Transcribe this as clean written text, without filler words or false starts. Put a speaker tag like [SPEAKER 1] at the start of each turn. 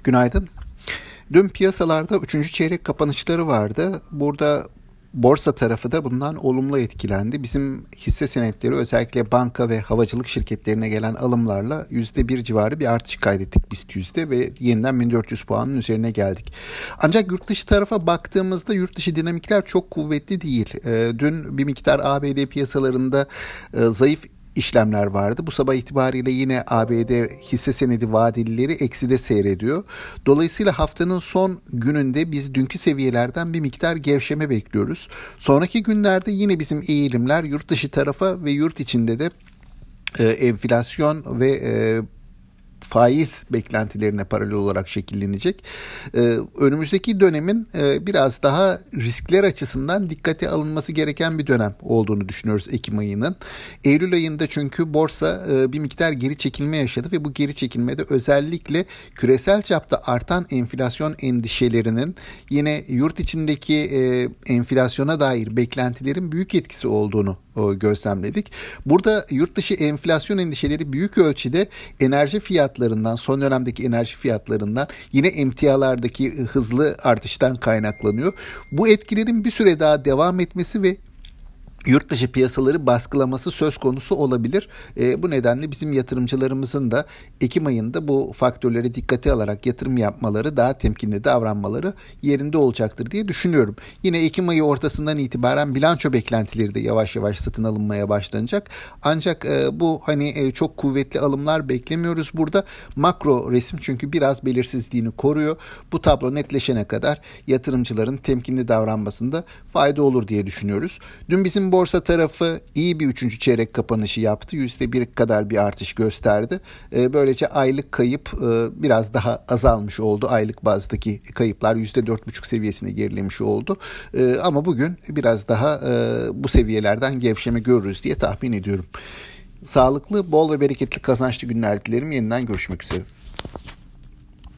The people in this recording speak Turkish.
[SPEAKER 1] Günaydın. Dün piyasalarda 3. çeyrek kapanışları vardı. Burada borsa tarafı da bundan olumlu etkilendi. Bizim hisse senetleri özellikle banka ve havacılık şirketlerine gelen alımlarla %1 civarı bir artış kaydettik BIST yüzde ve yeniden 1400 puanın üzerine geldik. Ancak yurt dışı tarafa baktığımızda yurt dışı dinamikler çok kuvvetli değil. Dün bir miktar ABD piyasalarında zayıf işlemler vardı. Bu sabah itibariyle yine ABD hisse senedi vadelileri ekside seyrediyor. Dolayısıyla haftanın son gününde biz dünkü seviyelerden bir miktar gevşeme bekliyoruz. Sonraki günlerde yine bizim eğilimler yurt dışı tarafa ve yurt içinde de enflasyon ve faiz beklentilerine paralel olarak şekillenecek. Önümüzdeki dönemin biraz daha riskler açısından dikkate alınması gereken bir dönem olduğunu düşünüyoruz Ekim ayının. Eylül ayında çünkü borsa bir miktar geri çekilme yaşadı ve bu geri çekilmede özellikle küresel çapta artan enflasyon endişelerinin yine yurt içindeki enflasyona dair beklentilerin büyük etkisi olduğunu gözlemledik. Burada yurt dışı enflasyon endişeleri büyük ölçüde enerji fiyatlarından, son dönemdeki enerji fiyatlarından, yine emtialardaki hızlı artıştan kaynaklanıyor. Bu etkilerin bir süre daha devam etmesi ve yurt dışı piyasaları baskılaması söz konusu olabilir. Bu nedenle bizim yatırımcılarımızın da Ekim ayında bu faktörleri dikkate alarak yatırım yapmaları, daha temkinli davranmaları yerinde olacaktır diye düşünüyorum. Yine Ekim ayı ortasından itibaren bilanço beklentileri de yavaş yavaş satın alınmaya başlanacak. Ancak bu çok kuvvetli alımlar beklemiyoruz burada. Makro resim çünkü biraz belirsizliğini koruyor. Bu tablo netleşene kadar yatırımcıların temkinli davranmasında fayda olur diye düşünüyoruz. Dün bizim borsa tarafı iyi bir 3. çeyrek kapanışı yaptı. %1 kadar bir artış gösterdi. Böylece aylık kayıp biraz daha azalmış oldu. Aylık bazdaki kayıplar %4,5 seviyesine gerilemiş oldu. Ama bugün biraz daha bu seviyelerden gevşeme görürüz diye tahmin ediyorum. Sağlıklı, bol ve bereketli kazançlı günler dilerim. Yeniden görüşmek üzere.